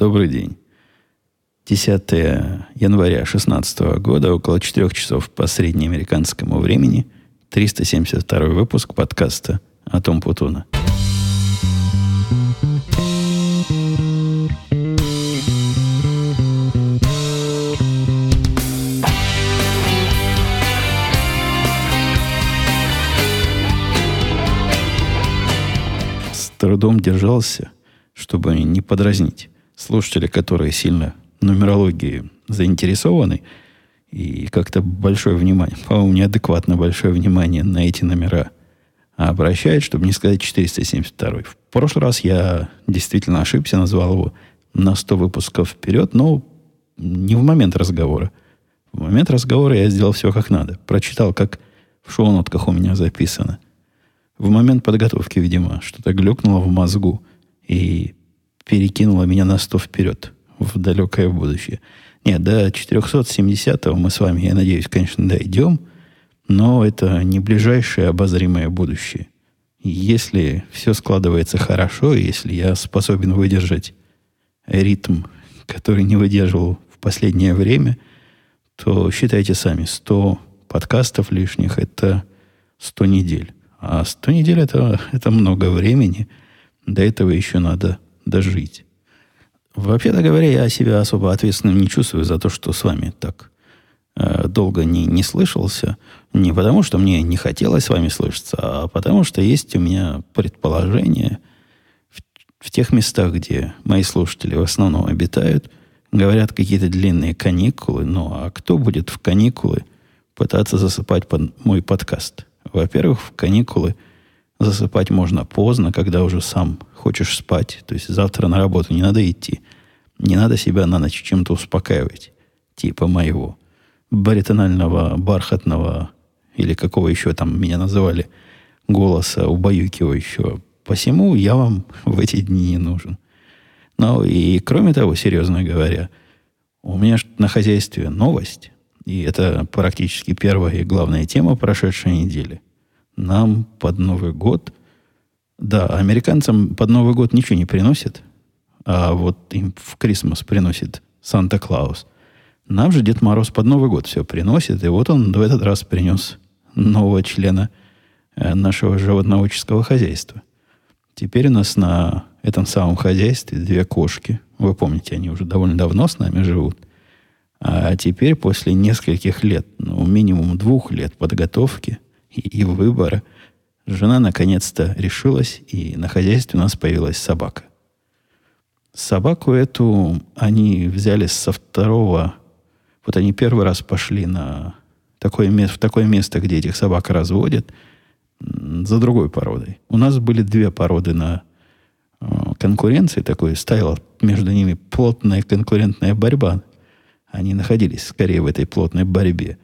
Добрый день. 10 января 2016 года, около 4 часов по среднеамериканскому времени, 372 выпуск подкаста «Атом Путуна». С трудом держался, чтобы не подразнить слушателей, которые сильно нумерологией заинтересованы, и как-то большое внимание, по-моему, неадекватно большое внимание на эти номера обращает, чтобы не сказать 472. В прошлый раз я действительно ошибся, назвал его на 100 выпусков вперед, но не в момент разговора. В момент разговора я сделал все как надо. Прочитал, как в шоу-нотках у меня записано. В момент подготовки, видимо, что-то глюкнуло в мозгу и перекинуло меня на 100 вперед, в далекое будущее. Нет, до 470-го мы с вами, я надеюсь, конечно, дойдем, но это не ближайшее обозримое будущее. Если все складывается хорошо, если я способен выдержать ритм, который не выдерживал в последнее время, то считайте сами, 100 подкастов лишних – это 100 недель. А 100 недель – это много времени. До этого еще надо дожить. Вообще-то говоря, я себя особо ответственным не чувствую за то, что с вами так долго не слышался. Не потому, что мне не хотелось с вами слышаться, а потому, что есть у меня предположение в тех местах, где мои слушатели в основном обитают, говорят какие-то длинные каникулы. Ну, а кто будет в каникулы пытаться засыпать под мой подкаст? Во-первых, в каникулы засыпать можно поздно, когда уже сам хочешь спать. То есть завтра на работу не надо идти. Не надо себя на ночь чем-то успокаивать. Типа моего баритонального, бархатного, или какого еще там меня называли, голоса убаюкивающего. Посему я вам в эти дни не нужен. Ну и кроме того, серьезно говоря, у меня на хозяйстве новость. И это практически первая и главная тема прошедшей недели. Нам под Новый год... Да, американцам под Новый год ничего не приносит, а вот им в Крисмас приносит Санта-Клаус. Нам же Дед Мороз под Новый год все приносит, и вот он в этот раз принес нового члена нашего животноводческого хозяйства. Теперь у нас на этом самом хозяйстве 2 кошки. Вы помните, они уже довольно давно с нами живут. А теперь после нескольких лет, ну, минимум 2 лет подготовки и выбора, жена наконец-то решилась, и на хозяйстве у нас появилась собака. Собаку эту они взяли со второго... Вот они первый раз пошли в такое место, где этих собак разводят, за другой породой. У нас были 2 породы на конкуренции, такой стояла между ними плотная конкурентная борьба. Они находились скорее в этой плотной борьбе.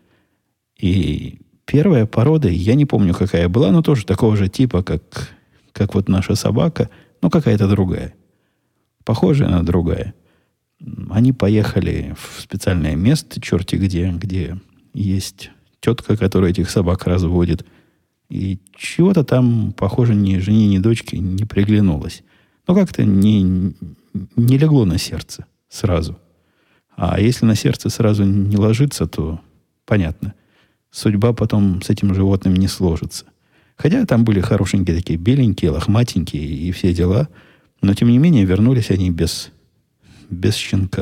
И первая порода, я не помню, какая была, но тоже такого же типа, как вот наша собака, но какая-то другая. Похожая на другая. Они поехали в специальное место, черти где есть тетка, которая этих собак разводит. И чего-то там, похоже, ни жене, ни дочке не приглянулось. Но как-то не легло на сердце сразу. А если на сердце сразу не ложится, то понятно. Судьба потом с этим животным не сложится. Хотя там были хорошенькие такие, беленькие, лохматенькие и все дела. Но, тем не менее, вернулись они без щенка.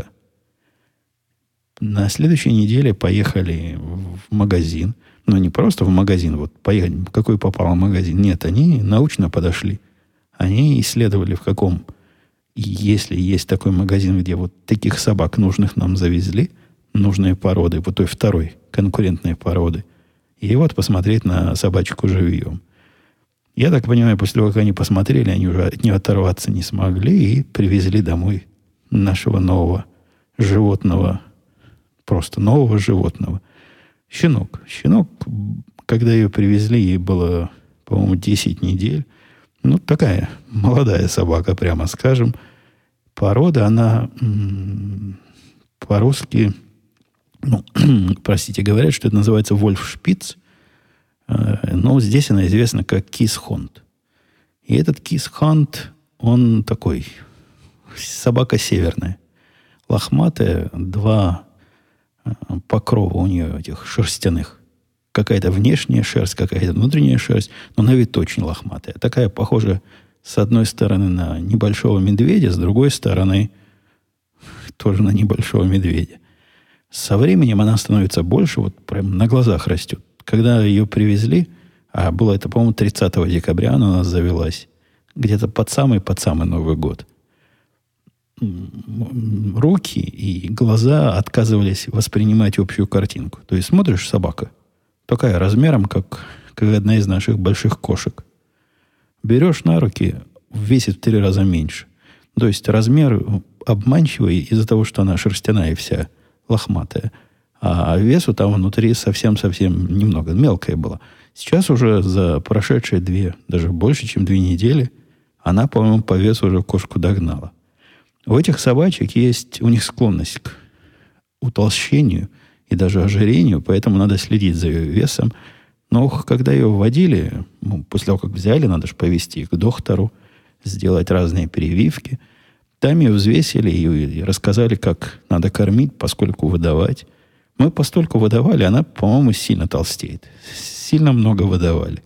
На следующей неделе поехали в магазин. Но не просто в магазин, вот поехали, какой попал магазин. Нет, они научно подошли. Они исследовали, в каком, если есть такой магазин, где вот таких собак нужных нам завезли, нужные породы, вот той второй конкурентной породы, и вот посмотреть на собачку живьем. Я так понимаю, после того, как они посмотрели, они уже от нее оторваться не смогли и привезли домой нашего нового животного, просто нового животного. Щенок. Щенок, когда ее привезли, ей было, по-моему, 10 недель. Ну, такая молодая собака, прямо скажем. Порода, она по-русски, ну, простите, говорят, что это называется вольфшпиц. Но здесь она известна как кисхонд. И этот кисхонд, он такой, собака северная. лохматая, два покрова у нее этих шерстяных. Какая-то внешняя шерсть, какая-то внутренняя шерсть, но на вид очень лохматая. Такая, похожа с одной стороны на небольшого медведя, с другой стороны тоже на небольшого медведя. Со временем она становится больше, вот прям на глазах растет. Когда ее привезли, а было это, по-моему, 30 декабря она у нас завелась, где-то под самый Новый год, руки и глаза отказывались воспринимать общую картинку. То есть смотришь, собака такая размером, как одна из наших больших кошек. Берешь на руки, весит в 3 раза меньше. То есть размер обманчивый из-за того, что она шерстяная и вся лохматая. А весу там внутри совсем-совсем немного. Мелкая была. Сейчас уже за прошедшие 2, даже больше, чем 2 недели, она, по-моему, по весу уже кошку догнала. У этих собачек есть, у них склонность к утолщению и даже ожирению, поэтому надо следить за ее весом. Но когда ее вводили, после того, как взяли, надо же повезти к доктору, сделать разные прививки. Там ее взвесили и рассказали, как надо кормить, поскольку выдавать. Мы постольку выдавали, она, по-моему, сильно толстеет. Сильно много выдавали.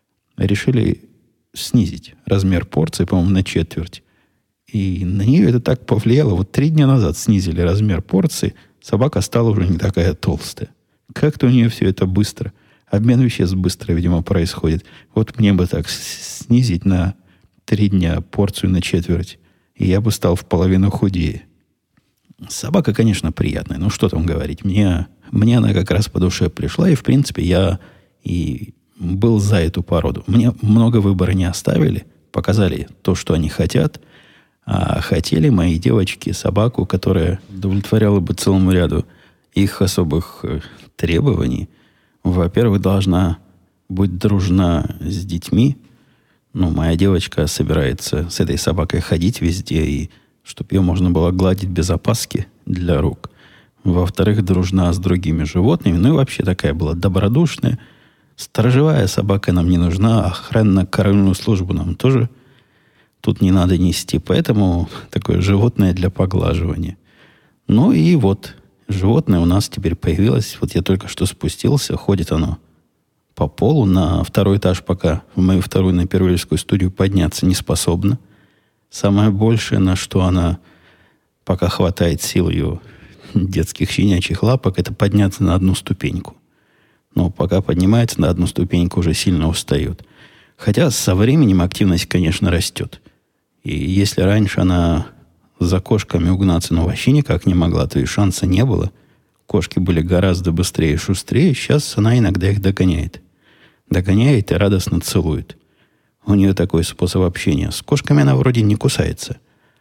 Решили снизить размер порции, по-моему, на 1/4. И на нее это так повлияло. Вот 3 дня назад снизили размер порции, собака стала уже не такая толстая. Как-то у нее все это быстро. Обмен веществ быстро, видимо, происходит. Вот мне бы так снизить на 3 дня порцию на 1/4. И я бы стал в половину худее. Собака, конечно, приятная. Ну, что там говорить. Мне она как раз по душе пришла. И, в принципе, я и был за эту породу. Мне много выбора не оставили. Показали то, что они хотят. А хотели мои девочки собаку, которая удовлетворяла бы целому ряду их особых требований. Во-первых, должна быть дружна с детьми. Ну, моя девочка собирается с этой собакой ходить везде, и чтобы ее можно было гладить без опаски для рук. Во-вторых, дружна с другими животными. Ну и вообще такая была добродушная. Сторожевая собака нам не нужна, охранно-караульную службу нам тоже тут не надо нести. Поэтому такое животное для поглаживания. Ну и вот, животное у нас теперь появилось. Вот я только что спустился, ходит оно по полу на 2-й этаж, пока в мою 2-ю на Первильскую студию подняться не способна. Самое большее, на что она пока хватает сил ее детских щенячьих лапок, это подняться на 1 ступеньку. Но пока поднимается на 1 ступеньку, уже сильно устает. Хотя со временем активность, конечно, растет. И если раньше она за кошками угнаться, но вообще никак не могла, то и шанса не было. Кошки были гораздо быстрее и шустрее. Сейчас она иногда их догоняет. Догоняет и радостно целует. У нее такой способ общения. С кошками она вроде не кусается.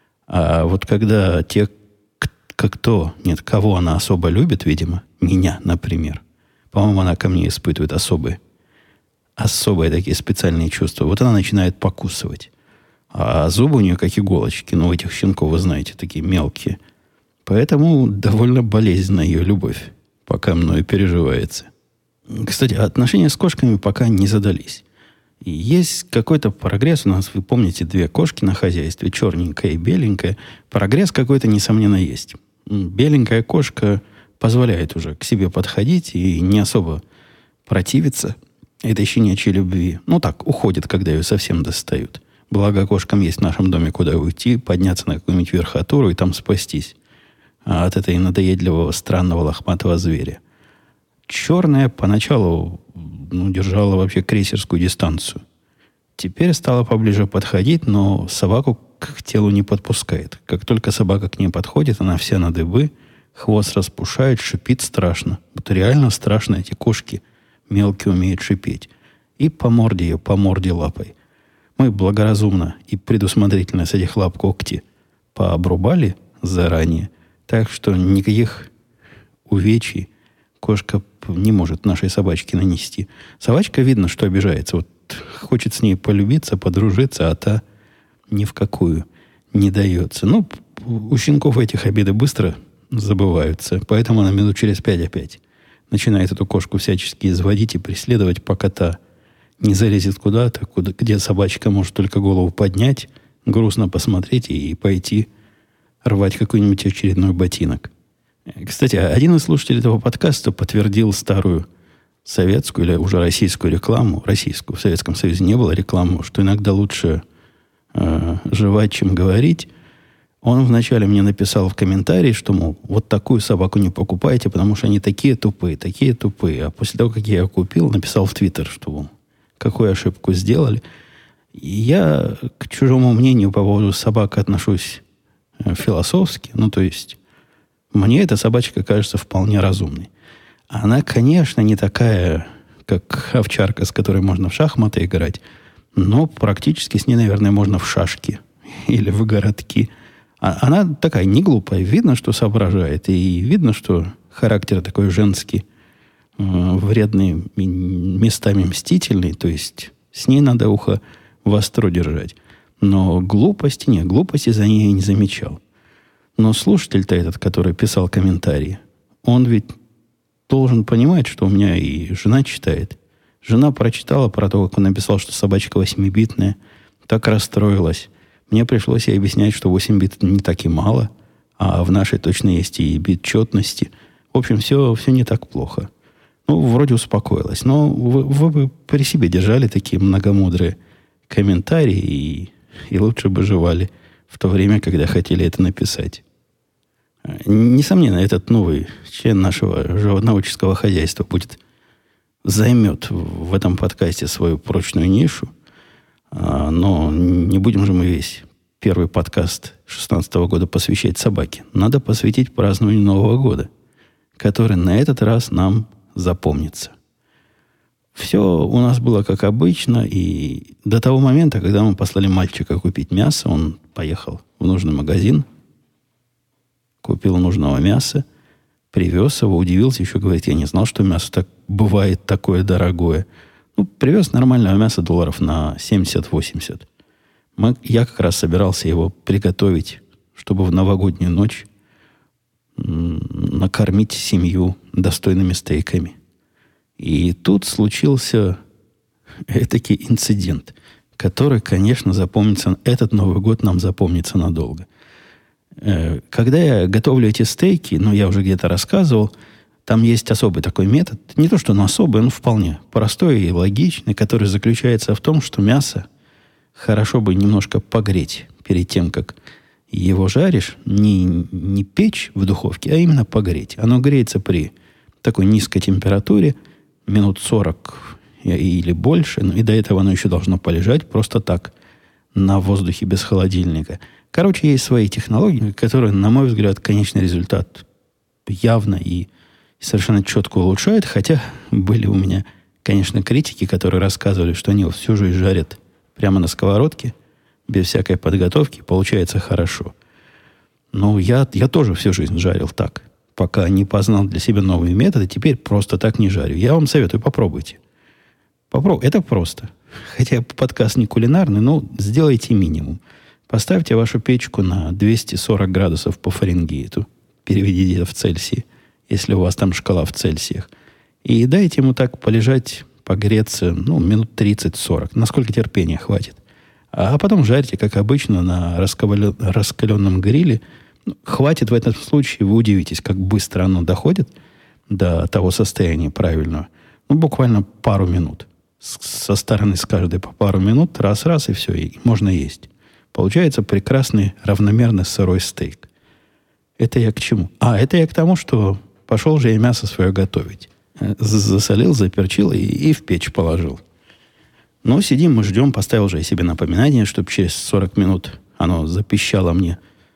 А вот когда кого она особо любит, видимо, меня, например. По-моему, она ко мне испытывает особые такие специальные чувства. Вот она начинает покусывать. А зубы у нее как иголочки. Ну, у этих щенков, вы знаете, такие мелкие. Поэтому довольно болезненна ее любовь, пока мною переживается. Кстати, отношения с кошками пока не задались. И есть какой-то прогресс. У нас, вы помните, 2 кошки на хозяйстве, черненькая и беленькая. Прогресс какой-то, несомненно, есть. Беленькая кошка позволяет уже к себе подходить и не особо противиться этой щенячьей любви. Ну так, уходит, когда ее совсем достают. Благо, кошкам есть в нашем доме куда уйти, подняться на какую-нибудь верхотуру и там спастись от этой надоедливого, странного, лохматого зверя. Черная поначалу держала вообще крейсерскую дистанцию. Теперь стала поближе подходить, но собаку к телу не подпускает. Как только собака к ней подходит, она вся на дыбы, хвост распушает, шипит страшно. Вот реально страшно, эти кошки мелкие умеют шипеть. И по морде лапой. Мы благоразумно и предусмотрительно с этих лап когти пообрубали заранее, так что никаких увечий кошка не может нашей собачке нанести. Собачка, видно, что обижается. Вот хочет с ней полюбиться, подружиться, а та ни в какую не дается. Ну, у щенков этих обиды быстро забываются, поэтому она минут через 5 опять начинает эту кошку всячески изводить и преследовать, пока та не залезет куда-то, где собачка может только голову поднять, грустно посмотреть и пойти рвать какой-нибудь очередной ботинок. Кстати, один из слушателей этого подкаста подтвердил старую советскую или уже российскую рекламу. Российскую. В Советском Союзе не было рекламы, что иногда лучше жевать, чем говорить. Он вначале мне написал в комментарии, что, мол, вот такую собаку не покупайте, потому что они такие тупые. А после того, как я ее купил, написал в Твиттер, что, мол, какую ошибку сделали. И я к чужому мнению по поводу собак отношусь философски. Ну, то есть, мне эта собачка кажется вполне разумной. Она, конечно, не такая, как овчарка, с которой можно в шахматы играть, но практически с ней, наверное, можно в шашки или в городки. Она такая не глупая. Видно, что соображает. И видно, что характер такой женский, вредный, местами мстительный. То есть с ней надо ухо востро держать. Но глупости нет. Глупости за ней я не замечал. Но слушатель-то этот, который писал комментарии, он ведь должен понимать, что у меня и жена читает. Жена прочитала про то, как он написал, что собачка 8-битная. Так расстроилась. Мне пришлось ей объяснять, что 8 бит не так и мало, а в нашей точно есть и бит четности. В общем, все не так плохо. Ну, вроде успокоилась. Но вы бы при себе держали такие многомудрые комментарии и лучше бы жевали в то время, когда хотели это написать. Несомненно, этот новый член нашего животноводческого хозяйства займет в этом подкасте свою прочную нишу. Но не будем же мы весь первый подкаст 2016 года посвящать собаке. Надо посвятить празднованию Нового года, который на этот раз нам запомнится. Все у нас было как обычно, и до того момента, когда мы послали мальчика купить мясо, он поехал в нужный магазин, купил нужного мяса, привез его, удивился, еще говорит, я не знал, что мясо так бывает такое дорогое. Ну, привез нормального мяса долларов на 70-80. Я как раз собирался его приготовить, чтобы в новогоднюю ночь накормить семью достойными стейками. И тут случился этакий инцидент, который, конечно, запомнится, этот Новый год нам запомнится надолго. Когда я готовлю эти стейки, я уже где-то рассказывал, там есть особый такой метод. Не то, что он особый, он вполне простой и логичный, который заключается в том, что мясо хорошо бы немножко погреть перед тем, как его жаришь. Не печь в духовке, а именно погреть. Оно греется при такой низкой температуре, минут 40 или больше, и до этого оно еще должно полежать просто так, на воздухе без холодильника. Короче, есть свои технологии, которые, на мой взгляд, конечный результат явно и совершенно четко улучшают, хотя были у меня, конечно, критики, которые рассказывали, что они всю жизнь жарят прямо на сковородке, без всякой подготовки, получается хорошо. Но я тоже всю жизнь жарил так, пока не познал для себя новые методы, теперь просто так не жарю. Я вам советую, попробуйте. Это просто. Хотя подкаст не кулинарный, но сделайте минимум. Поставьте вашу печку на 240 градусов по Фаренгейту. Переведите это в Цельсии, если у вас там шкала в Цельсиях. И дайте ему так полежать, погреться, минут 30-40. Насколько терпения хватит. А потом жарьте, как обычно, на раскаленном гриле. Хватит в этом случае, вы удивитесь, как быстро оно доходит до того состояния правильного. Буквально пару минут. Со стороны с каждой по пару минут, раз, и все, и можно есть. Получается прекрасный, равномерно сырой стейк. Это я к чему? Это я к тому, что пошел же я мясо свое готовить. Засолил, заперчил и в печь положил. Сидим, мы ждем, поставил же я себе напоминание, чтобы через 40 минут оно запищало мне.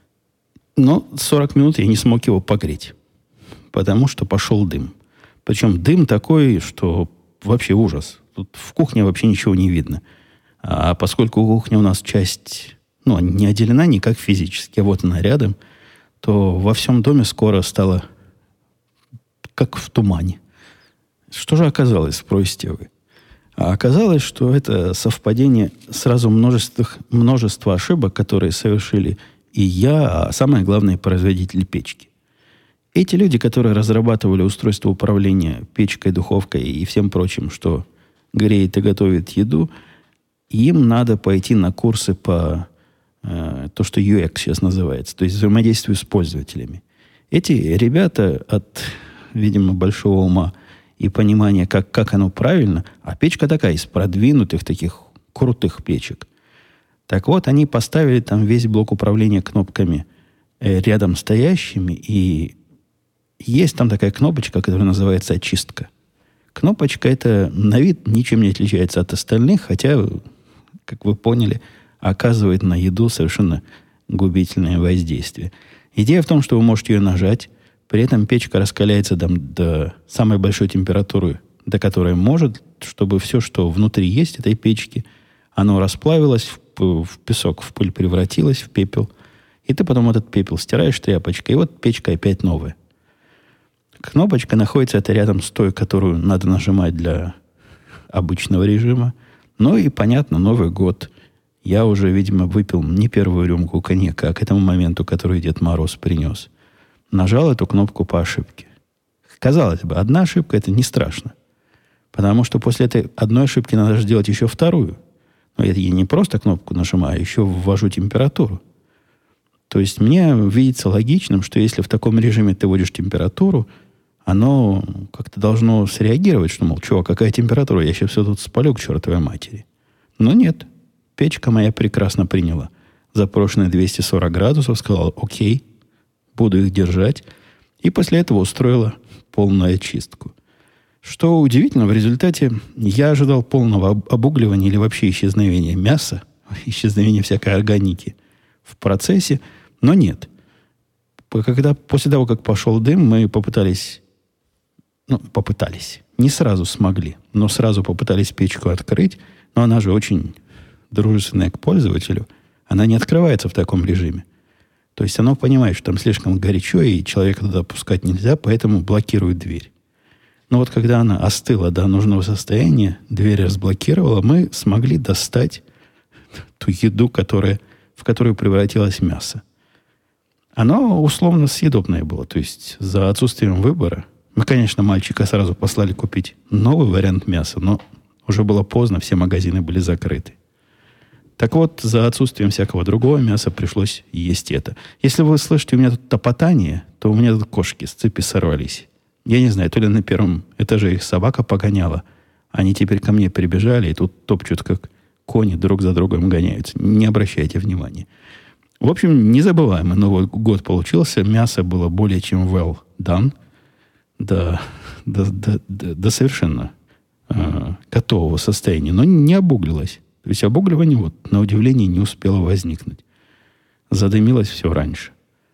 Но 40 минут я не смог его погреть, потому что пошел дым. Причем дым такой, что вообще ужас. Тут в кухне вообще ничего не видно. А поскольку кухня у нас часть, не отделена никак физически, а вот она рядом, то во всем доме скоро стало как в тумане. Что же оказалось, спросите вы? А оказалось, что это совпадение сразу множества ошибок, которые совершили и я, а самое главное, производитель печки. Эти люди, которые разрабатывали устройство управления печкой, духовкой и всем прочим, что греет и готовит еду, им надо пойти на курсы по то, что UX сейчас называется, то есть взаимодействию с пользователями. Эти ребята от, видимо, большого ума и понимания, как оно правильно, а печка такая, из продвинутых таких крутых печек. Так вот, они поставили там весь блок управления кнопками рядом стоящими, и есть там такая кнопочка, которая называется «Очистка». Кнопочка эта на вид ничем не отличается от остальных, хотя, как вы поняли, оказывает на еду совершенно губительное воздействие. Идея в том, что вы можете ее нажать, при этом печка раскаляется до самой большой температуры, до которой может, чтобы все, что внутри есть этой печки, оно расплавилось в песок, в пыль превратилось, в пепел. И ты потом этот пепел стираешь тряпочкой, и вот печка опять новая. Кнопочка находится это рядом с той, которую надо нажимать для обычного режима. Ну и, понятно, Новый год. Я уже, видимо, выпил не первую рюмку коньяка, а к этому моменту, который Дед Мороз принес. Нажал эту кнопку по ошибке. Казалось бы, одна ошибка – это не страшно. Потому что после этой одной ошибки надо же делать еще вторую. Но я не просто кнопку нажимаю, а еще ввожу температуру. То есть мне видится логичным, что если в таком режиме ты вводишь температуру, оно как-то должно среагировать, что, мол, чувак, какая температура, я сейчас все тут спалю к чертовой матери. Но нет. Печка моя прекрасно приняла запрошенные 240 градусов, сказала, окей, буду их держать. И после этого устроила полную очистку. Что удивительно, в результате я ожидал полного обугливания или вообще исчезновения мяса, исчезновения всякой органики в процессе, но нет. После того, как пошел дым, мы попытались, не сразу смогли, но сразу попытались печку открыть, но она же очень дружественная к пользователю, она не открывается в таком режиме. То есть оно понимает, что там слишком горячо, и человека туда пускать нельзя, поэтому блокирует дверь. Но вот когда она остыла до нужного состояния, дверь разблокировала, мы смогли достать ту еду, в которую превратилось мясо. Оно условно съедобное было. То есть за отсутствием выбора. Мы, конечно, мальчика сразу послали купить новый вариант мяса, но уже было поздно, все магазины были закрыты. Так вот, за отсутствием всякого другого мяса пришлось есть это. Если вы слышите, у меня тут топотание, то у меня тут кошки с цепи сорвались. Я не знаю, то ли на первом этаже их собака погоняла, они теперь ко мне прибежали и тут топчут, как кони друг за другом гоняются. Не обращайте внимания. В общем, незабываемый Новый год получился. Мясо было более чем well done. До совершенно готового состояния. Но не обуглилось. То есть обугливание, на удивление, не успело возникнуть. Задымилось все раньше.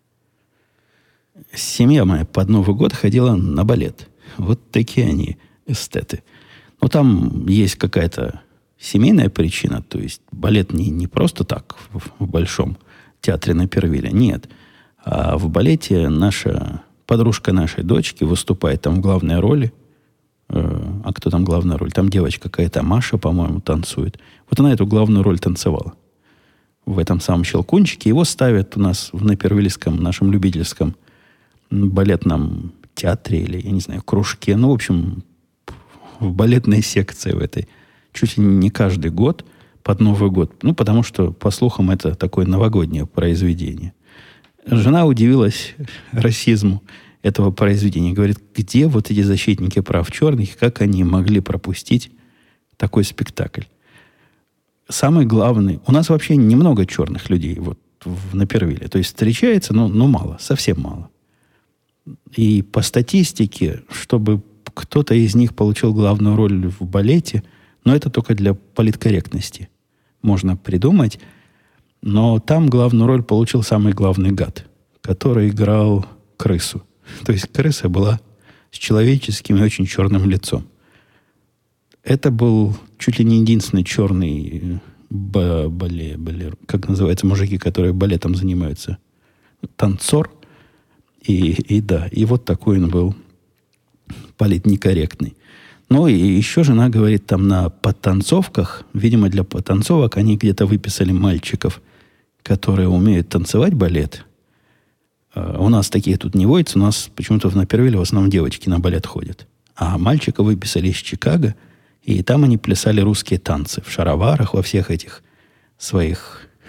Семья моя под Новый год ходила на балет. Вот такие они, эстеты. Но там есть какая-то семейная причина. То есть балет не просто так в Большом театре на Первиле. Нет. А в балете наша подружка нашей дочки выступает там в главной роли. А кто там главная роль? Там девочка какая-то, Маша, по-моему, танцует. Вот она эту главную роль танцевала. В этом самом «Щелкунчике». Его ставят у нас в Напервильском, нашем любительском балетном театре или, я не знаю, кружке. Ну, в общем, в балетной секции в этой. Чуть ли не каждый год под Новый год. Ну, потому что, по слухам, это такое новогоднее произведение. Жена удивилась расизму этого произведения. Говорит, где вот эти защитники прав черных, как они могли пропустить такой спектакль? Самый главный... У нас вообще немного черных людей вот в Напервилле. То есть встречается, но мало, совсем мало. И по статистике, чтобы кто-то из них получил главную роль в балете, но это только для политкорректности можно придумать. Но там главную роль получил самый главный гад, который играл крысу. То есть крыса была с человеческим и очень черным лицом. Это был чуть ли не единственный черный как называется, мужики, которые балетом занимаются. Танцор. И вот такой он был политнекорректный. Ну, и еще жена говорит, там на подтанцовках, видимо, для подтанцовок они где-то выписали мальчиков, которые умеют танцевать балет. У нас такие тут не водятся, у нас почему-то в Напервилле в основном девочки на балет ходят. А мальчика выписали из Чикаго, и там они плясали русские танцы в шароварах, во всех этих своих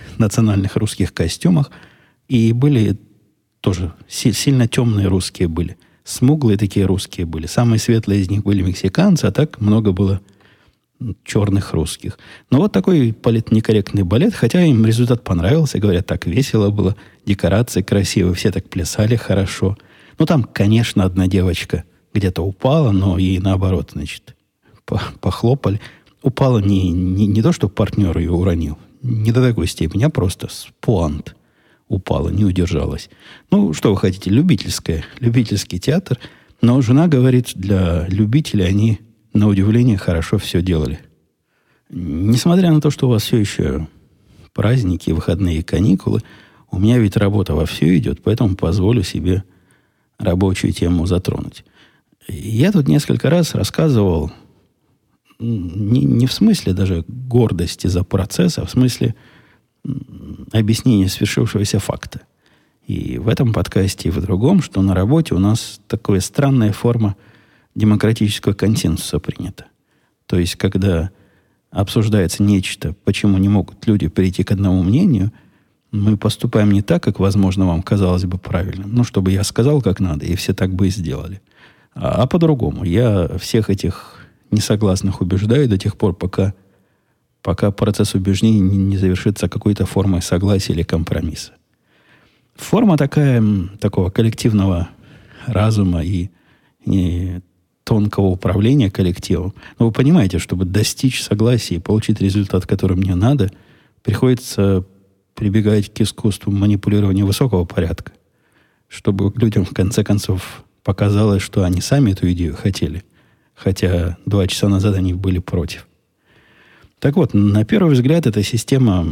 национальных русских костюмах. И были тоже сильно темные русские были. Смуглые такие русские были. Самые светлые из них были мексиканцы, а так много было черных русских. Но вот такой политнекорректный балет, хотя им результат понравился, говорят, так весело было, декорации красивые, все так плясали хорошо. Ну, там, конечно, одна девочка где-то упала, но ей наоборот, значит, похлопали. Упала не то, что партнер ее уронил, не до такой степени, а просто с пуант упала, не удержалась. Ну, что вы хотите, любительский театр, но жена говорит, для любителей они, на удивление, хорошо все делали. Несмотря на то, что у вас все еще праздники, выходные каникулы, у меня ведь работа вовсю идет, поэтому позволю себе рабочую тему затронуть. Я тут несколько раз рассказывал, не в смысле даже гордости за процесс, а в смысле объяснения свершившегося факта. И в этом подкасте, и в другом, что на работе у нас такая странная форма демократического консенсуса принята. То есть, когда обсуждается нечто, почему не могут люди прийти к одному мнению, мы поступаем не так, как, возможно, вам казалось бы правильным. Ну, чтобы я сказал, как надо, и все так бы и сделали. А по-другому. Я всех этих несогласных убеждаю до тех пор, пока процесс убеждений не завершится какой-то формой согласия или компромисса. Форма такого коллективного разума и тонкого управления коллективом. Но вы понимаете, чтобы достичь согласия и получить результат, который мне надо, приходится прибегать к искусству манипулирования высокого порядка, чтобы людям в конце концов показалось, что они сами эту идею хотели, хотя 2 часа назад они были против. Так вот, на первый взгляд, эта система...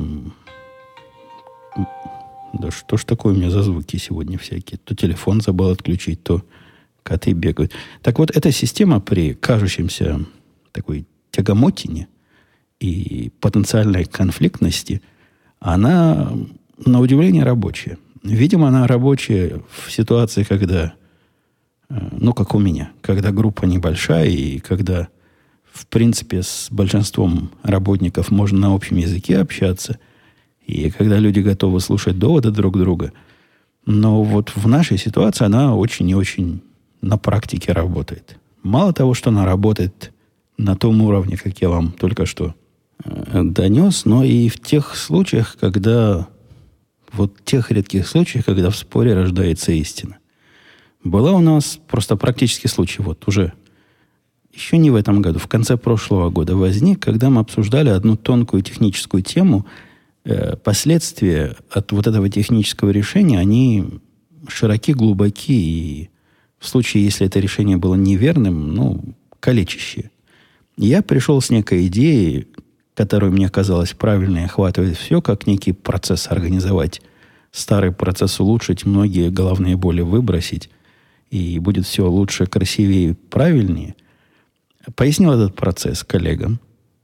Да что ж такое у меня за звуки сегодня всякие? То телефон забыл отключить, то коты бегают. Так вот, эта система при кажущемся такой тягомотине и потенциальной конфликтности, она, на удивление, рабочая. Видимо, она рабочая в ситуации, когда, ну, как у меня, когда группа небольшая и когда, в принципе, с большинством работников можно на общем языке общаться, и когда люди готовы слушать доводы друг друга. Но вот в нашей ситуации она очень и очень на практике работает. Мало того, что она работает на том уровне, как я вам только что донес, но и в тех случаях, когда... Вот тех редких случаях, когда в споре рождается истина. Была у нас просто практический случай, вот уже еще не в этом году, в конце прошлого года возник, когда мы обсуждали одну тонкую техническую тему. Последствия от вот этого технического решения, они широки, глубоки, и в случае, если это решение было неверным, ну, калечащие. Я пришел с некой идеей, которая мне казалась правильной, охватывает все, как некий процесс организовать, старый процесс улучшить, многие головные боли выбросить, и будет все лучше, красивее, правильнее. Пояснил этот процесс коллегам.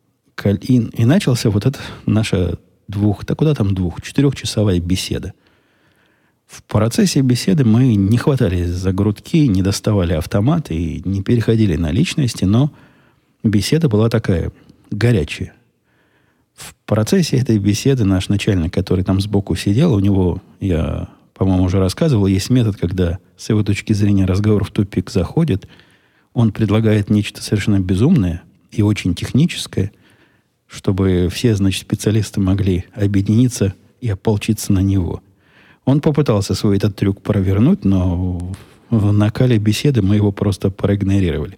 И начался вот эта наша 4-часовая беседа. В процессе беседы мы не хватались за грудки, не доставали автоматы и не переходили на личности, но беседа была такая горячая. В процессе этой беседы наш начальник, который там сбоку сидел, у него, я, по-моему, уже рассказывал, есть метод, когда с его точки зрения разговор в тупик заходит, он предлагает нечто совершенно безумное и очень техническое, чтобы все, значит, специалисты могли объединиться и ополчиться на него. Он попытался свой этот трюк провернуть, но в накале беседы мы его просто проигнорировали.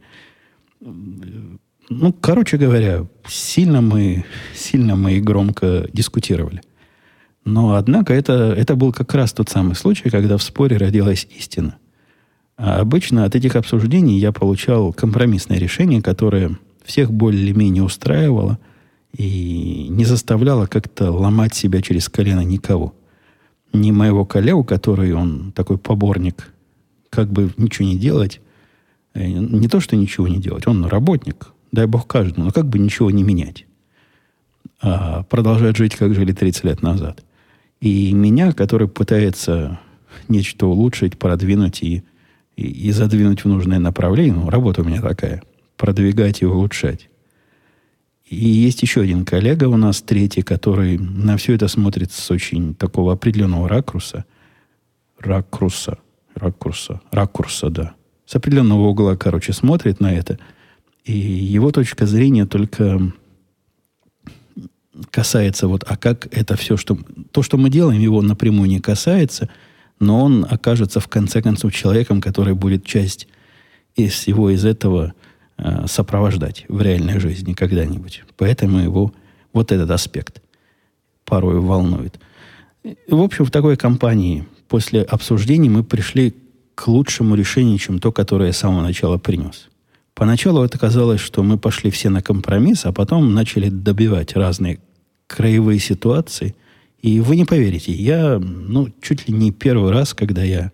Ну, короче говоря, сильно мы и громко дискутировали. Но, однако, это был как раз тот самый случай, когда в споре родилась истина. А обычно от этих обсуждений я получал компромиссное решение, которое всех более-менее устраивало и не заставляло как-то ломать себя через колено никого. Ни моего коллегу, который он такой поборник, как бы ничего не делать. Не то, что ничего не делать, он работник, дай бог каждому, но как бы ничего не менять. А продолжать жить, как жили 30 лет назад. И меня, который пытается нечто улучшить, продвинуть и задвинуть в нужное направление, ну, работа у меня такая, продвигать и улучшать. И есть еще один коллега у нас, третий, который на все это смотрит с очень такого определенного ракурса, да. С определенного угла, короче, смотрит на это. И его точка зрения только касается вот, а как это все, то, что мы делаем, его напрямую не касается, но он окажется в конце концов человеком, который будет часть из всего из этого сопровождать в реальной жизни когда-нибудь. Поэтому его вот этот аспект порой волнует. В общем, в такой компании после обсуждений мы пришли к лучшему решению, чем то, которое я с самого начала принес. Поначалу это казалось, что мы пошли все на компромисс, а потом начали добивать разные краевые ситуации. И вы не поверите, я чуть ли не первый раз, когда я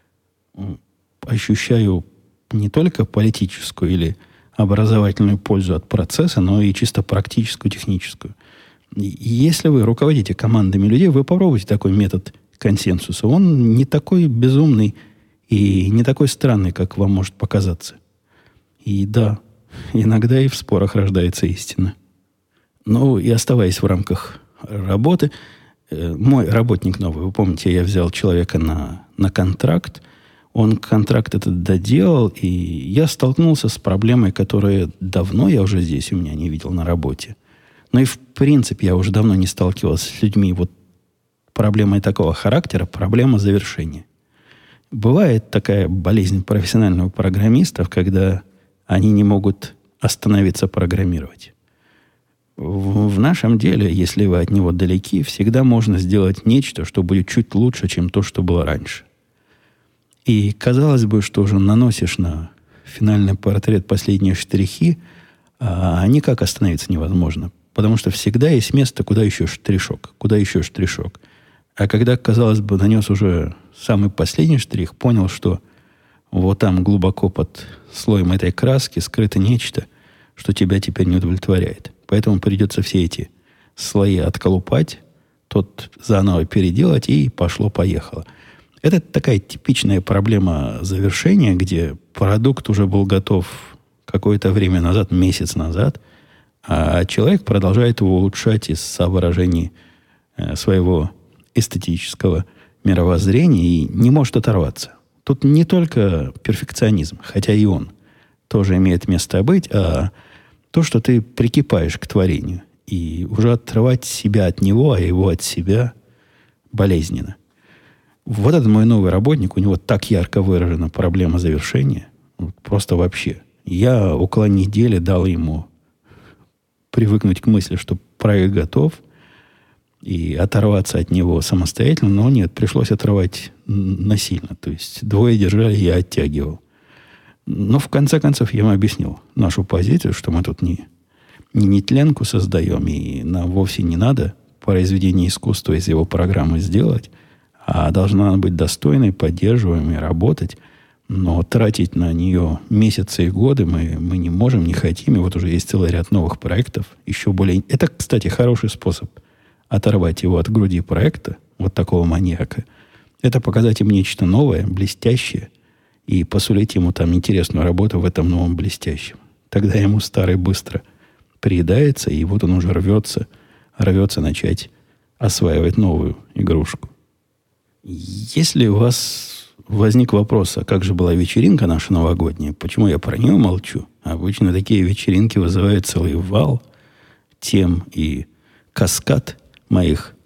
ощущаю не только политическую или образовательную пользу от процесса, но и чисто практическую, техническую. И если вы руководите командами людей, вы попробуйте такой метод консенсуса. Он не такой безумный и не такой странный, как вам может показаться. И да, иногда и в спорах рождается истина. Ну, и оставаясь в рамках работы, мой работник новый, вы помните, я взял человека на контракт, он контракт этот доделал, и я столкнулся с проблемой, которую давно я уже здесь у меня не видел на работе. Но и в принципе я уже давно не сталкивался с людьми вот проблемой такого характера, проблема завершения. Бывает такая болезнь профессионального программиста, когда они не могут остановиться программировать. В нашем деле, если вы от него далеки, всегда можно сделать нечто, что будет чуть лучше, чем то, что было раньше. И казалось бы, что уже наносишь на финальный портрет последние штрихи, а никак остановиться невозможно. Потому что всегда есть место, куда еще штришок. А когда, казалось бы, нанес уже самый последний штрих, понял, что вот там глубоко под слоем этой краски скрыто нечто, что тебя теперь не удовлетворяет. Поэтому придется все эти слои отколупать, тот заново переделать, и пошло-поехало. Это такая типичная проблема завершения, где продукт уже был готов какое-то время назад, месяц назад, а человек продолжает его улучшать из соображений своего эстетического мировоззрения и не может оторваться. Тут не только перфекционизм, хотя и он тоже имеет место быть, а то, что ты прикипаешь к творению. И уже отрывать себя от него, а его от себя болезненно. Вот этот мой новый работник, у него так ярко выражена проблема завершения. Просто вообще. Я около недели дал ему привыкнуть к мысли, что проект готов, и оторваться от него самостоятельно, но нет, пришлось отрывать насильно. То есть двое держали, я оттягивал. Но в конце концов я ему объяснил нашу позицию, что мы тут не нетленку создаем, и нам вовсе не надо произведение искусства из его программы сделать, а должна быть достойной, поддерживаемой, работать. Но тратить на нее месяцы и годы мы не можем, не хотим. И вот уже есть целый ряд новых проектов. Еще более... Это, кстати, хороший способ оторвать его от груди проекта, вот такого маньяка. Это показать им нечто новое, блестящее, и посулить ему там интересную работу в этом новом блестящем. Тогда ему старый быстро приедается, и вот он уже рвется начать осваивать новую игрушку. Если у вас возник вопрос, а как же была вечеринка наша новогодняя, почему я про нее молчу? Обычно такие вечеринки вызывают целый вал тем и каскад моих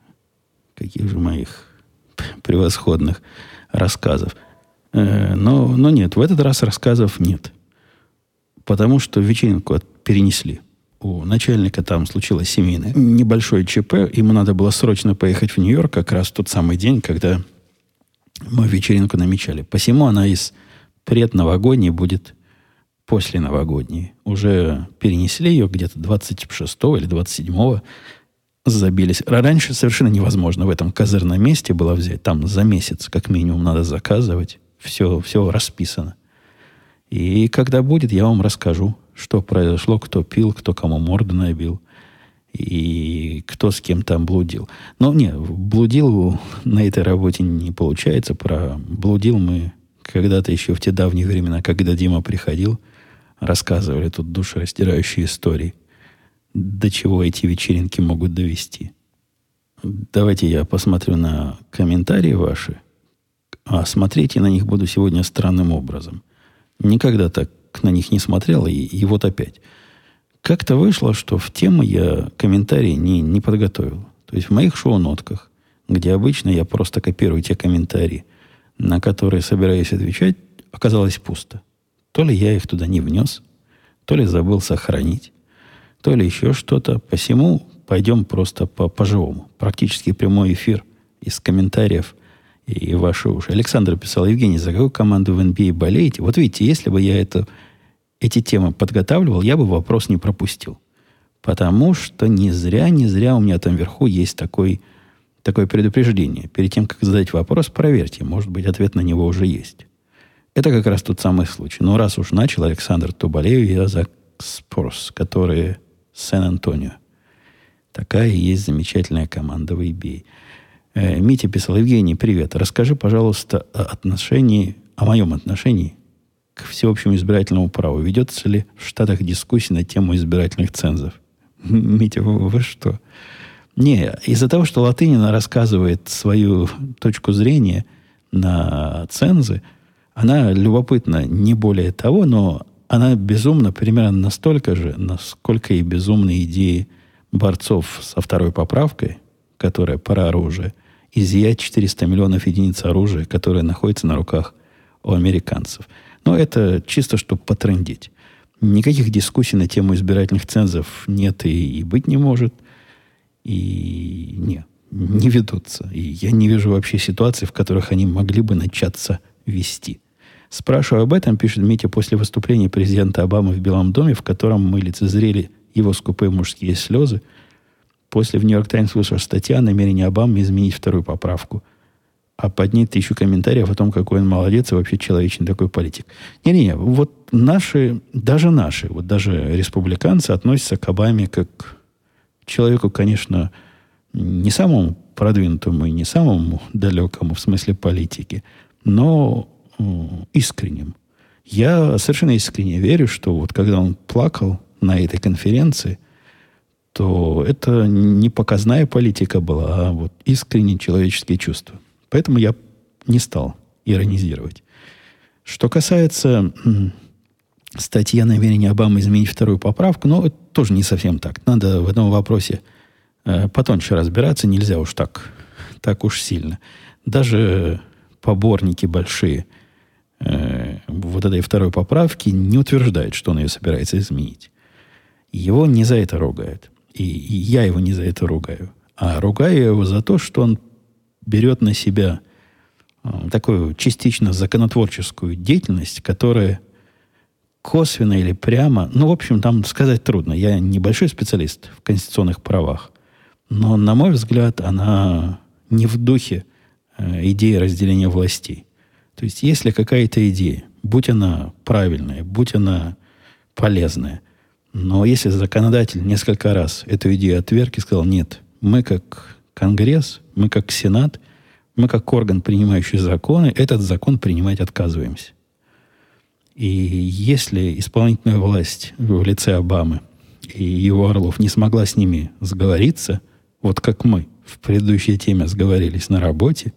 превосходных рассказов. Но нет, в этот раз рассказов нет. Потому что вечеринку перенесли. У начальника там случилось семейное небольшое ЧП. Ему надо было срочно поехать в Нью-Йорк как раз в тот самый день, когда мы вечеринку намечали. Посему она из предновогодней будет после новогодней. Уже перенесли ее где-то 26 или 27 забились. Раньше совершенно невозможно в этом козырном месте было взять. Там за месяц как минимум надо заказывать. Все расписано. И когда будет, я вам расскажу, что произошло, кто пил, кто кому морду набил, и кто с кем там блудил. Но нет, блудил на этой работе не получается. Про блудил мы когда-то еще в те давние времена, когда Дима приходил, рассказывали тут душераздирающие истории. до чего эти вечеринки могут довести. Давайте я посмотрю на комментарии ваши. А смотреть я на них буду сегодня странным образом. Никогда так на них не смотрел, и вот опять. Как-то вышло, что в тему я комментарии не подготовил. То есть в моих шоу-нотках, где обычно я просто копирую те комментарии, на которые собираюсь отвечать, оказалось пусто. То ли я их туда не внес, то ли забыл сохранить, то ли еще что-то. Посему пойдем просто по-живому. Практически прямой эфир из комментариев и ваши уши. Александр писал: Евгений, за какую команду в NBA болеете? Вот видите, если бы я эти темы подготавливал, я бы вопрос не пропустил. Потому что не зря у меня там вверху есть такое предупреждение. Перед тем, как задать вопрос, проверьте. Может быть, ответ на него уже есть. Это как раз тот самый случай. Но раз уж начал Александр, то болею я за Спорс, которые Сан-Антонио. Такая есть замечательная команда в NBA. Митя писал: Евгений, привет. Расскажи, пожалуйста, о моем отношении к всеобщему избирательному праву. Ведется ли в Штатах дискуссия на тему избирательных цензов? Митя, вы что? Не, из-за того, что Латынина рассказывает свою точку зрения на цензы, она любопытна не более того, но она безумна примерно настолько же, насколько и безумны идеи борцов со второй поправкой, которая про оружие, изъять 400 миллионов единиц оружия, которые находятся на руках у американцев. Но это чисто, чтобы потрындеть. Никаких дискуссий на тему избирательных цензов нет и быть не может. И не ведутся. И я не вижу вообще ситуаций, в которых они могли бы начаться вести. Спрашиваю об этом, пишет Митя, после выступления президента Обамы в Белом доме, в котором мы лицезрели его скупые мужские слезы. После в «Нью-Йорк Таймс» вышла статья о намерении Обамы изменить вторую поправку. А под ней 1000 комментариев о том, какой он молодец и вообще человечный такой политик. Не-не-не, вот даже республиканцы относятся к Обаме как к человеку, конечно, не самому продвинутому и не самому далекому в смысле политики, но искренним. Я совершенно искренне верю, что вот когда он плакал на этой конференции, то это не показная политика была, а вот искренние человеческие чувства. Поэтому я не стал иронизировать. Что касается статьи о намерении Обамы изменить вторую поправку, это тоже не совсем так. Надо в этом вопросе потоньше разбираться. Нельзя уж так уж сильно. Даже поборники большие вот этой второй поправки не утверждают, что он ее собирается изменить. Его не за это ругают. И я его не за это ругаю. А ругаю его за то, что он берет на себя такую частично законотворческую деятельность, которая косвенно или прямо, в общем, там сказать трудно. Я небольшой специалист в конституционных правах. Но, на мой взгляд, она не в духе идеи разделения властей. То есть, если какая-то идея, будь она правильная, будь она полезная, но если законодатель несколько раз эту идею отверг и сказал: нет, мы как Конгресс, мы как Сенат, мы как орган, принимающий законы, этот закон принимать отказываемся. И если исполнительная власть в лице Обамы и его орлов не смогла с ними сговориться, вот как мы в предыдущей теме сговорились на работе,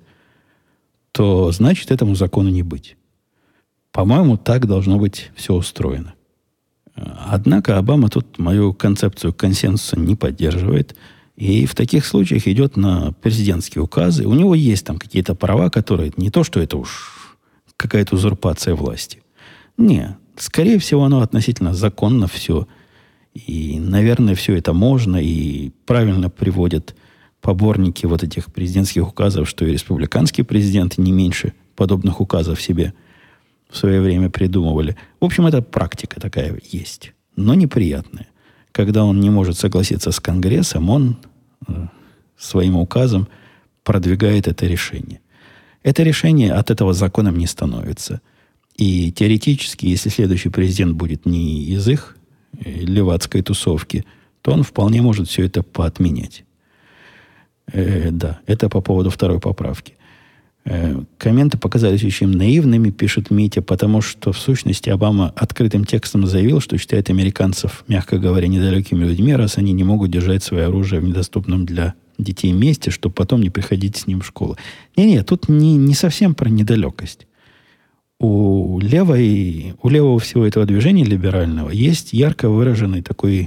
то значит этому закону не быть. По-моему, так должно быть все устроено. Однако Обама тут мою концепцию консенсуса не поддерживает. И в таких случаях идет на президентские указы. У него есть там какие-то права, которые не то, что это уж какая-то узурпация власти. Не, скорее всего, оно относительно законно все. И, наверное, все это можно. И правильно приводят поборники вот этих президентских указов, что и республиканские президенты не меньше подобных указов себе в свое время придумывали. В общем, это практика такая есть, но неприятная. Когда он не может согласиться с Конгрессом, он своим указом продвигает это решение. Это решение от этого законом не становится. И теоретически, если следующий президент будет не из их левацкой тусовки, то он вполне может все это поотменять. Да, это по поводу второй поправки. Комменты показались очень наивными, пишет Митя, потому что, в сущности, Обама открытым текстом заявил, что считает американцев, мягко говоря, недалекими людьми, раз они не могут держать свое оружие в недоступном для детей месте, чтобы потом не приходить с ним в школу. Не-не, тут не совсем про недалекость. У левого всего этого движения либерального есть ярко выраженный такая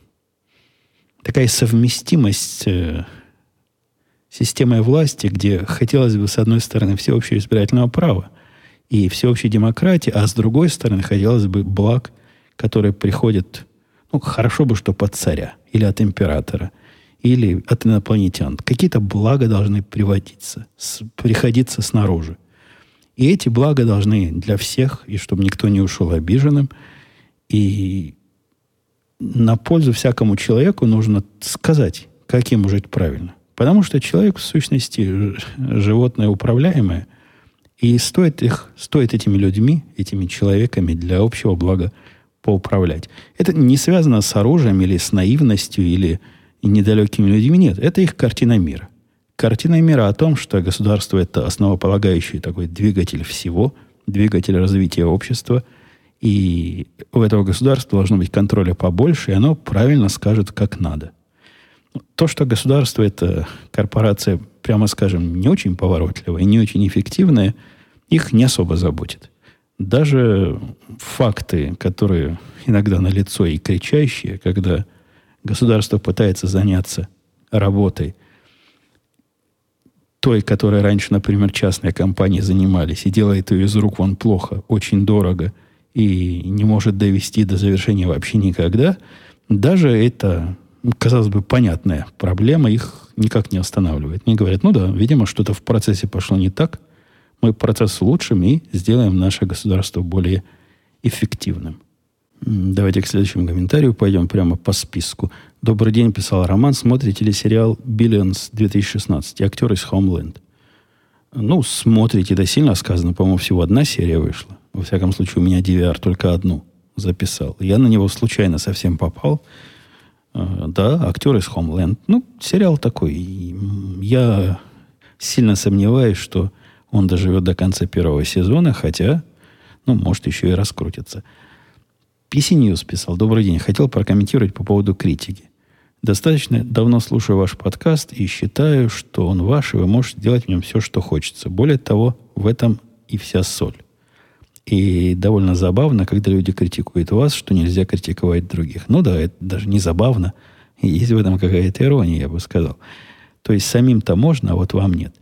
совместимость системой власти, где хотелось бы, с одной стороны, всеобщего избирательного права и всеобщей демократии, а с другой стороны, хотелось бы благ, которые приходят, хорошо бы, что от царя или от императора, или от инопланетян. Какие-то блага должны приходиться снаружи. И эти блага должны для всех, и чтобы никто не ушел обиженным. И на пользу всякому человеку нужно сказать, как ему жить правильно. Потому что человек, в сущности, животное управляемое, и стоит этими людьми, этими человеками для общего блага поуправлять. Это не связано с оружием или с наивностью, или недалекими людьми. Нет, это их картина мира. Картина мира о том, что государство – это основополагающий такой двигатель всего, двигатель развития общества, и у этого государства должно быть контроля побольше, и оно правильно скажет, как надо. То, что государство – это корпорация, прямо скажем, не очень поворотливая и не очень эффективная, их не особо заботит. Даже факты, которые иногда налицо и кричащие, когда государство пытается заняться работой той, которой раньше, например, частные компании занимались, и делает ее из рук вон плохо, очень дорого, и не может довести до завершения вообще никогда, даже это, казалось бы, понятная проблема их никак не останавливает. Они говорят, видимо, что-то в процессе пошло не так, мы процесс улучшим и сделаем наше государство более эффективным. Давайте к следующему комментарию пойдем прямо по списку. Добрый день, писал Роман. Смотрите ли сериал «Billions» 2016? Актер из «Homeland». Смотрите, это сильно сказано. По-моему, всего одна серия вышла. Во всяком случае, у меня DVR только одну записал. Я на него случайно совсем попал. Да, актер из «Homeland». Сериал такой. Я сильно сомневаюсь, что он доживет до конца первого сезона, хотя, может, еще и раскрутится. PC News писал. Добрый день. Хотел прокомментировать по поводу критики. Достаточно давно слушаю ваш подкаст и считаю, что он ваш, и вы можете делать в нем все, что хочется. Более того, в этом и вся соль. И довольно забавно, когда люди критикуют вас, что нельзя критиковать других. Это даже не забавно. Есть в этом какая-то ирония, я бы сказал. То есть самим-то можно, а вот вам нет.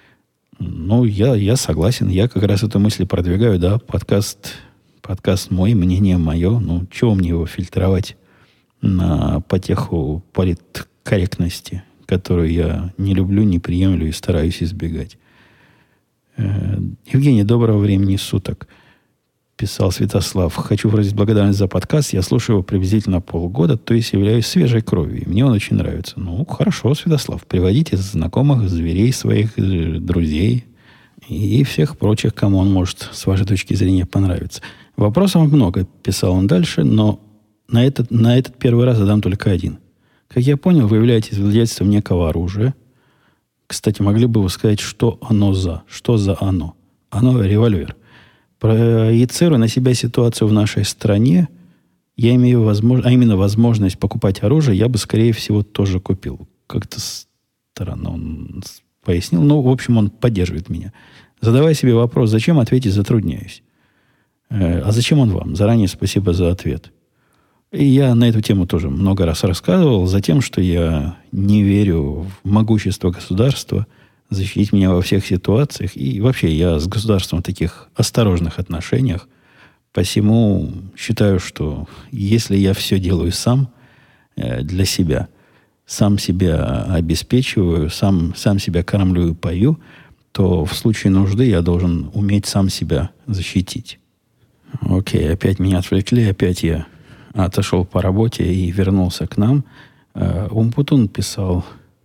Я согласен. Я как раз эту мысль продвигаю. Да, подкаст мой, мнение мое. Чего мне его фильтровать на потеху политкорректности, которую я не люблю, не приемлю и стараюсь избегать. Евгений, доброго времени суток. Писал Святослав. Хочу выразить благодарность за подкаст. Я слушаю его приблизительно полгода, то есть являюсь свежей кровью. Мне он очень нравится. Хорошо, Святослав. Приводите знакомых, зверей своих, друзей и всех прочих, кому он может, с вашей точки зрения, понравиться. Вопросов много, писал он дальше, но на этот первый раз задам только один. Как я понял, вы являетесь владельцем некого оружия. Кстати, могли бы вы сказать, что за оно? Оно револьвер. Проецируя на себя ситуацию в нашей стране, я имею возможность покупать оружие, я бы, скорее всего, тоже купил. Как-то странно он пояснил. В общем, он поддерживает меня. Задавая себе вопрос, зачем ответить, затрудняюсь. А зачем он вам? Заранее спасибо за ответ. И я на эту тему тоже много раз рассказывал. Затем, что я не верю в могущество государства защитить меня во всех ситуациях. И вообще я с государством в таких осторожных отношениях. Посему считаю, что если я все делаю сам для себя, сам себя обеспечиваю, сам себя кормлю и пою, то в случае нужды я должен уметь сам себя защитить. Окей, опять меня отвлекли, опять я отошел по работе и вернулся к нам. Умпутун писал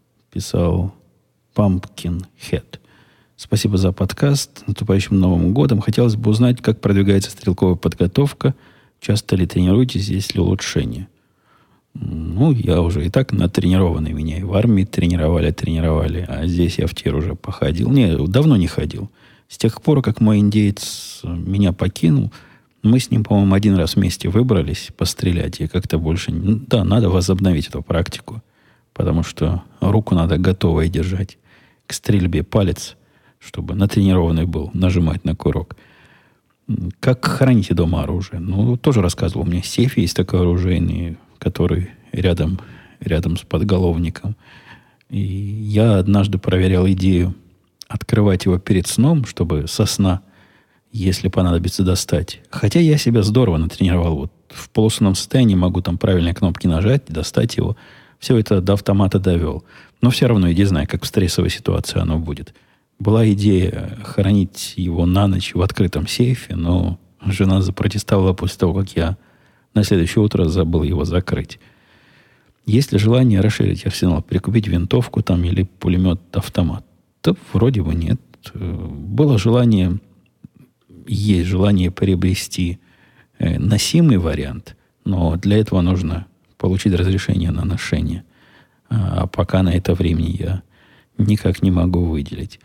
Pumpkin Head. Спасибо за подкаст. С наступающим Новым годом. Хотелось бы узнать, как продвигается стрелковая подготовка. Часто ли тренируетесь, есть ли улучшения? Ну, я уже и так натренированный, меня и в армии тренировали, а здесь я в тир уже походил. Не, давно не ходил. С тех пор, как мой индеец меня покинул, мы с ним, по-моему, один раз вместе выбрались пострелять, и как-то больше... Да, надо возобновить эту практику, потому что руку надо готовой держать к стрельбе, палец, чтобы натренированный был, нажимать на курок. Как храните дома оружие? Ну, тоже рассказывал. У меня сейф есть такой оружейный, который рядом с подголовником. И я однажды проверял идею открывать его перед сном, чтобы со сна, если понадобится, достать. Хотя я себя здорово натренировал. Вот в полусонном состоянии могу там правильные кнопки нажать, достать его. Все это до автомата довел. Но все равно иди знай, как в стрессовой ситуации оно будет. Была идея хранить его на ночь в открытом сейфе, но жена запротестовала после того, как я на следующее утро забыл его закрыть. Есть ли желание расширить арсенал, прикупить винтовку там или пулемет-автомат? Да вроде бы нет. Было желание, есть желание приобрести носимый вариант, но для этого нужно получить разрешение на ношение. А пока на это времени я никак не могу выделить.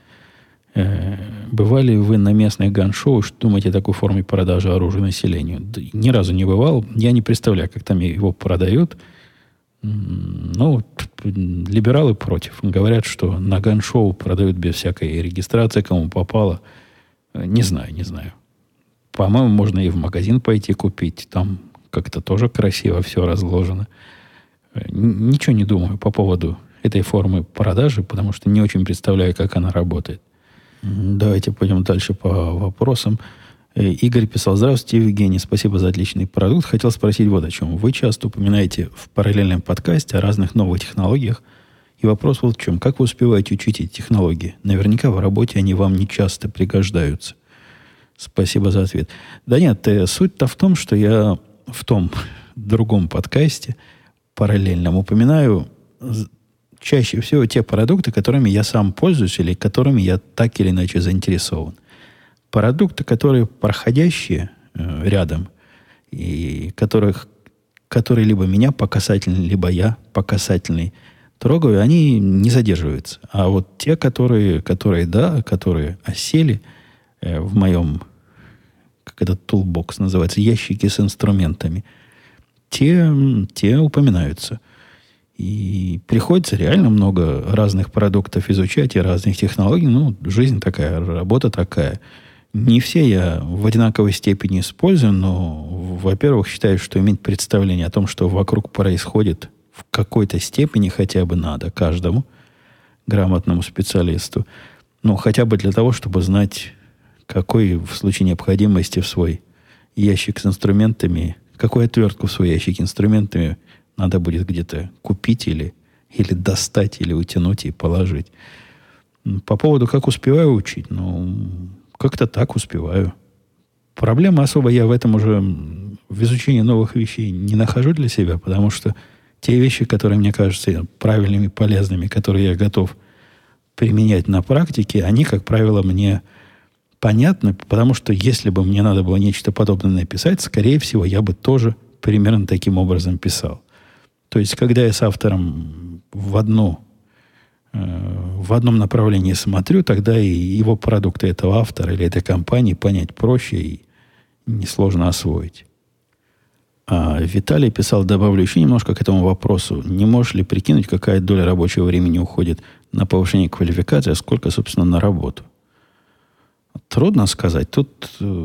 Бывали вы на местных ган-шоу, что думаете о такой форме продажи оружия населению? Да, ни разу не бывал. Я не представляю, как там его продают. Ну, либералы против. Говорят, что на ган-шоу продают без всякой регистрации, кому попало. Не знаю. По-моему, можно и в магазин пойти купить. Там как-то тоже красиво все разложено. Ничего не думаю по поводу этой формы продажи, потому что не очень представляю, как она работает. Давайте пойдем дальше по вопросам. Игорь писал: здравствуйте, Евгений, спасибо за отличный продукт. Хотел спросить вот о чем. Вы часто упоминаете в параллельном подкасте о разных новых технологиях. И вопрос вот в чем. Как вы успеваете учить эти технологии? Наверняка в работе они вам не часто пригождаются. Спасибо за ответ. Да нет, суть-то в том, что я в том другом подкасте параллельном упоминаю чаще всего те продукты, которыми я сам пользуюсь или которыми я так или иначе заинтересован. Продукты, которые проходящие рядом, и которые либо меня по касательной, либо я по касательной трогаю, они не задерживаются. А вот те, которые осели в моем, как этот тулбокс называется, ящики с инструментами, те упоминаются. И приходится реально много разных продуктов изучать и разных технологий. Ну, жизнь такая, работа такая. Не все я в одинаковой степени использую, но, во-первых, считаю, что иметь представление о том, что вокруг происходит, в какой-то степени хотя бы надо каждому грамотному специалисту. Ну, хотя бы для того, чтобы знать, какой в случае необходимости в свой ящик с инструментами, какую отвертку в свой ящик с инструментами надо будет где-то купить или достать, или утянуть и положить. По поводу, как успеваю учить, как-то так успеваю. Проблемы особо я в этом уже, в изучении новых вещей не нахожу для себя, потому что те вещи, которые мне кажутся правильными, полезными, которые я готов применять на практике, они, как правило, мне понятны, потому что если бы мне надо было нечто подобное написать, скорее всего, я бы тоже примерно таким образом писал. То есть, когда я с автором в одном направлении смотрю, тогда и его продукты этого автора или этой компании понять проще и несложно освоить. А Виталий писал: добавлю еще немножко к этому вопросу. Не можешь ли прикинуть, какая доля рабочего времени уходит на повышение квалификации, а сколько, собственно, на работу? Трудно сказать. Тут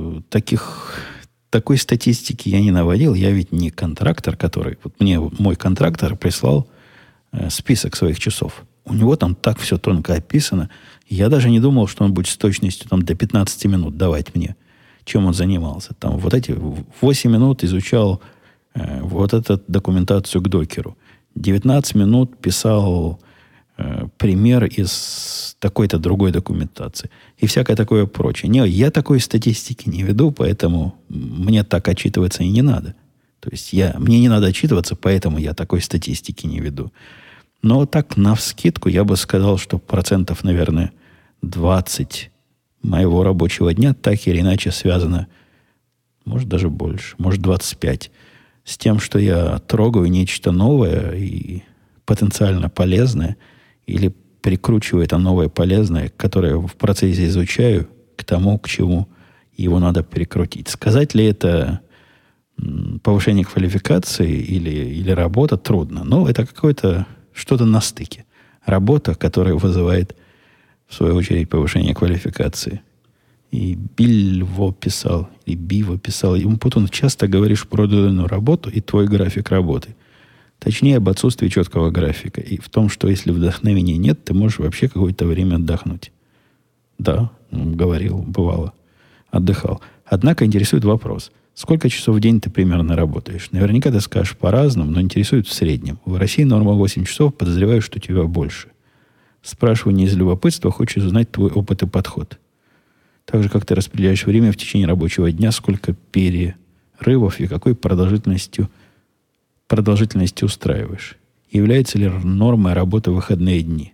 такой статистики я не наводил. Я ведь не контрактор, который... Вот мне мой контрактор прислал список своих часов. У него там так все тонко описано. Я даже не думал, что он будет с точностью до 15 минут давать мне, чем он занимался. Там вот эти 8 минут изучал вот эту документацию к докеру. 19 минут писал пример из такой-то другой документации. И всякое такое прочее. Я такой статистики не веду, поэтому мне так отчитываться и не надо. То есть мне не надо отчитываться, поэтому я такой статистики не веду. Но так, навскидку, я бы сказал, что процентов, наверное, 20 моего рабочего дня так или иначе связано, может, даже больше, может, 25, с тем, что я трогаю нечто новое и потенциально полезное, или прикручиваю это новое полезное, которое в процессе изучаю, к тому, к чему его надо перекрутить. Сказать ли это повышение квалификации или работа, трудно. Но это какое-то что-то на стыке. Работа, которая вызывает, в свою очередь, повышение квалификации. И Бильво писал, и Биво писал. И Умпутун, часто говоришь про данную работу и твой график работы. Точнее, об отсутствии четкого графика. И в том, что если вдохновения нет, ты можешь вообще какое-то время отдохнуть. Да, говорил, бывало. Отдыхал. Однако интересует вопрос. Сколько часов в день ты примерно работаешь? Наверняка ты скажешь по-разному, но интересует в среднем. В России норма 8 часов, подозреваю, что у тебя больше. Спрашиваю не из любопытства, хочешь узнать твой опыт и подход. Так же, как ты распределяешь время в течение рабочего дня, сколько перерывов и какой продолжительностью устраиваешь. Является ли нормой работы в выходные дни?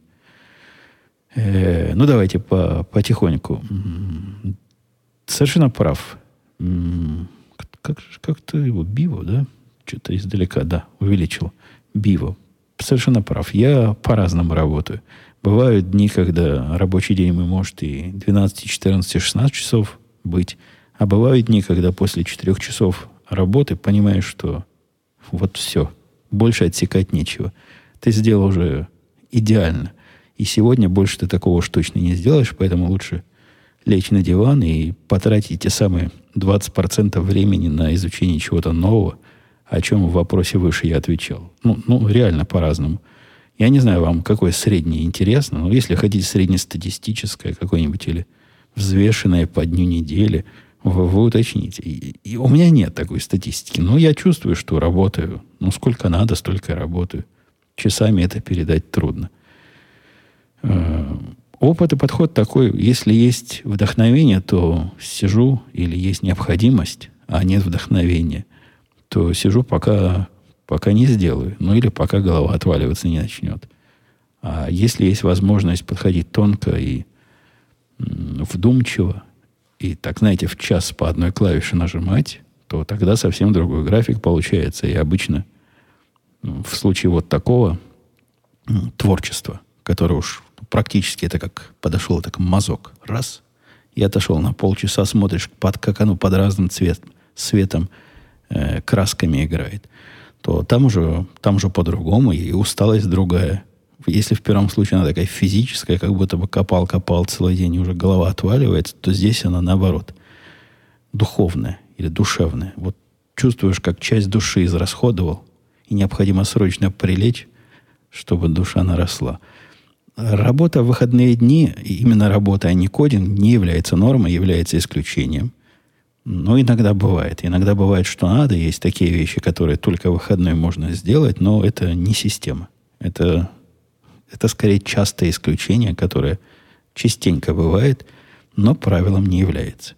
Ну, давайте потихоньку. Совершенно прав. Как ты его? Биво, да? Что-то издалека, да, увеличил. Биво. Совершенно прав. Я по-разному работаю. Бывают дни, когда рабочий день может и 12, 14, 16 часов быть. А бывают дни, когда после 4 часов работы понимаешь, что вот все. Больше отсекать нечего. Ты сделал уже идеально. И сегодня больше ты такого уж точно не сделаешь, поэтому лучше лечь на диван и потратить те самые 20% времени на изучение чего-то нового, о чем в вопросе выше я отвечал. Ну, реально по-разному. Я не знаю, вам какое среднее интересно, но если хотите среднестатистическое какое-нибудь или взвешенное по дню недели, вы уточните. И у меня нет такой статистики. Но я чувствую, что работаю. Ну, сколько надо, столько и работаю. Часами это передать трудно. Опыт и подход такой, если есть вдохновение, то сижу, или есть необходимость, а нет вдохновения, то сижу, пока не сделаю. Ну, или пока голова отваливаться не начнет. А если есть возможность подходить тонко и вдумчиво, и так, знаете, в час по одной клавише нажимать, то тогда совсем другой график получается. И обычно в случае вот такого творчества, которое уж практически это как подошел так мазок. Раз. И отошел на полчаса, смотришь, как оно под разным цветом, красками играет. То там уже по-другому, и усталость другая. Если в первом случае она такая физическая, как будто бы копал целый день, и уже голова отваливается, то здесь она наоборот. Духовная или душевная. Вот чувствуешь, как часть души израсходовал, и необходимо срочно прилечь, чтобы душа наросла. Работа в выходные дни, именно работа, а не кодинг, не является нормой, является исключением. Но иногда бывает. Иногда бывает, что надо. Есть такие вещи, которые только в выходной можно сделать, но это не система. Это скорее частое исключение, которое частенько бывает, но правилом не является.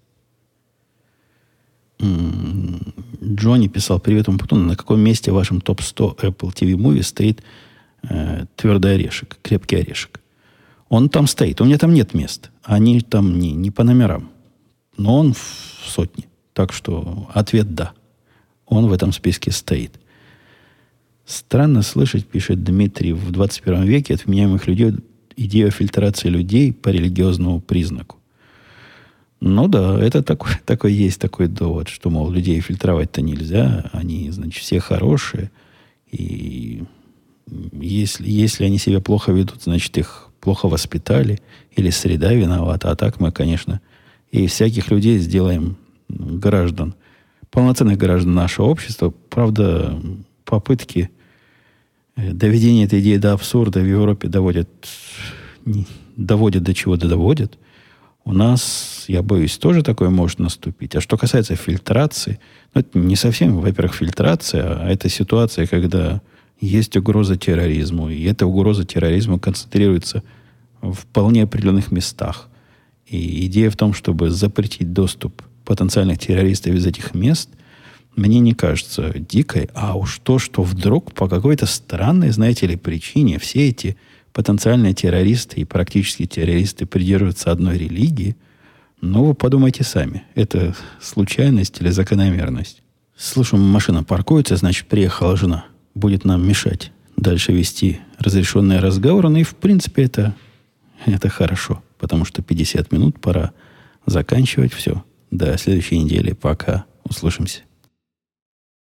Джонни писал: привет, Умпутун, на каком месте в вашем топ-100 Apple TV Movie стоит твердый орешек, крепкий орешек? Он там стоит. У меня там нет мест. Они там не по номерам. Но он в сотне. Так что ответ да. Он в этом списке стоит. Странно слышать, пишет Дмитрий, в 21 веке от вменяемых людей идею фильтрации людей по религиозному признаку. Ну да, это такой есть такой довод, что, мол, людей фильтровать-то нельзя, они, значит, все хорошие, и если они себя плохо ведут, значит, их плохо воспитали, или среда виновата, а так мы, конечно, и всяких людей сделаем граждан, полноценных граждан нашего общества. Правда, попытки доведения этой идеи до абсурда в Европе доводят до чего-то доводят. У нас, я боюсь, тоже такое может наступить. А что касается фильтрации, ну, это не совсем, во-первых, фильтрация, а это ситуация, когда есть угроза терроризму, и эта угроза терроризма концентрируется в вполне определенных местах. И идея в том, чтобы запретить доступ потенциальных террористов из этих мест, мне не кажется дикой. А уж то, что вдруг по какой-то странной, знаете ли, причине все эти потенциальные террористы и практически террористы придерживаются одной религии, ну, вы подумайте сами. Это случайность или закономерность? Слушай, машина паркуется, значит, приехала жена. Будет нам мешать дальше вести разрешенные разговоры. Ну и, в принципе, это хорошо. Потому что 50 минут пора заканчивать все. До следующей недели. Пока. Услышимся.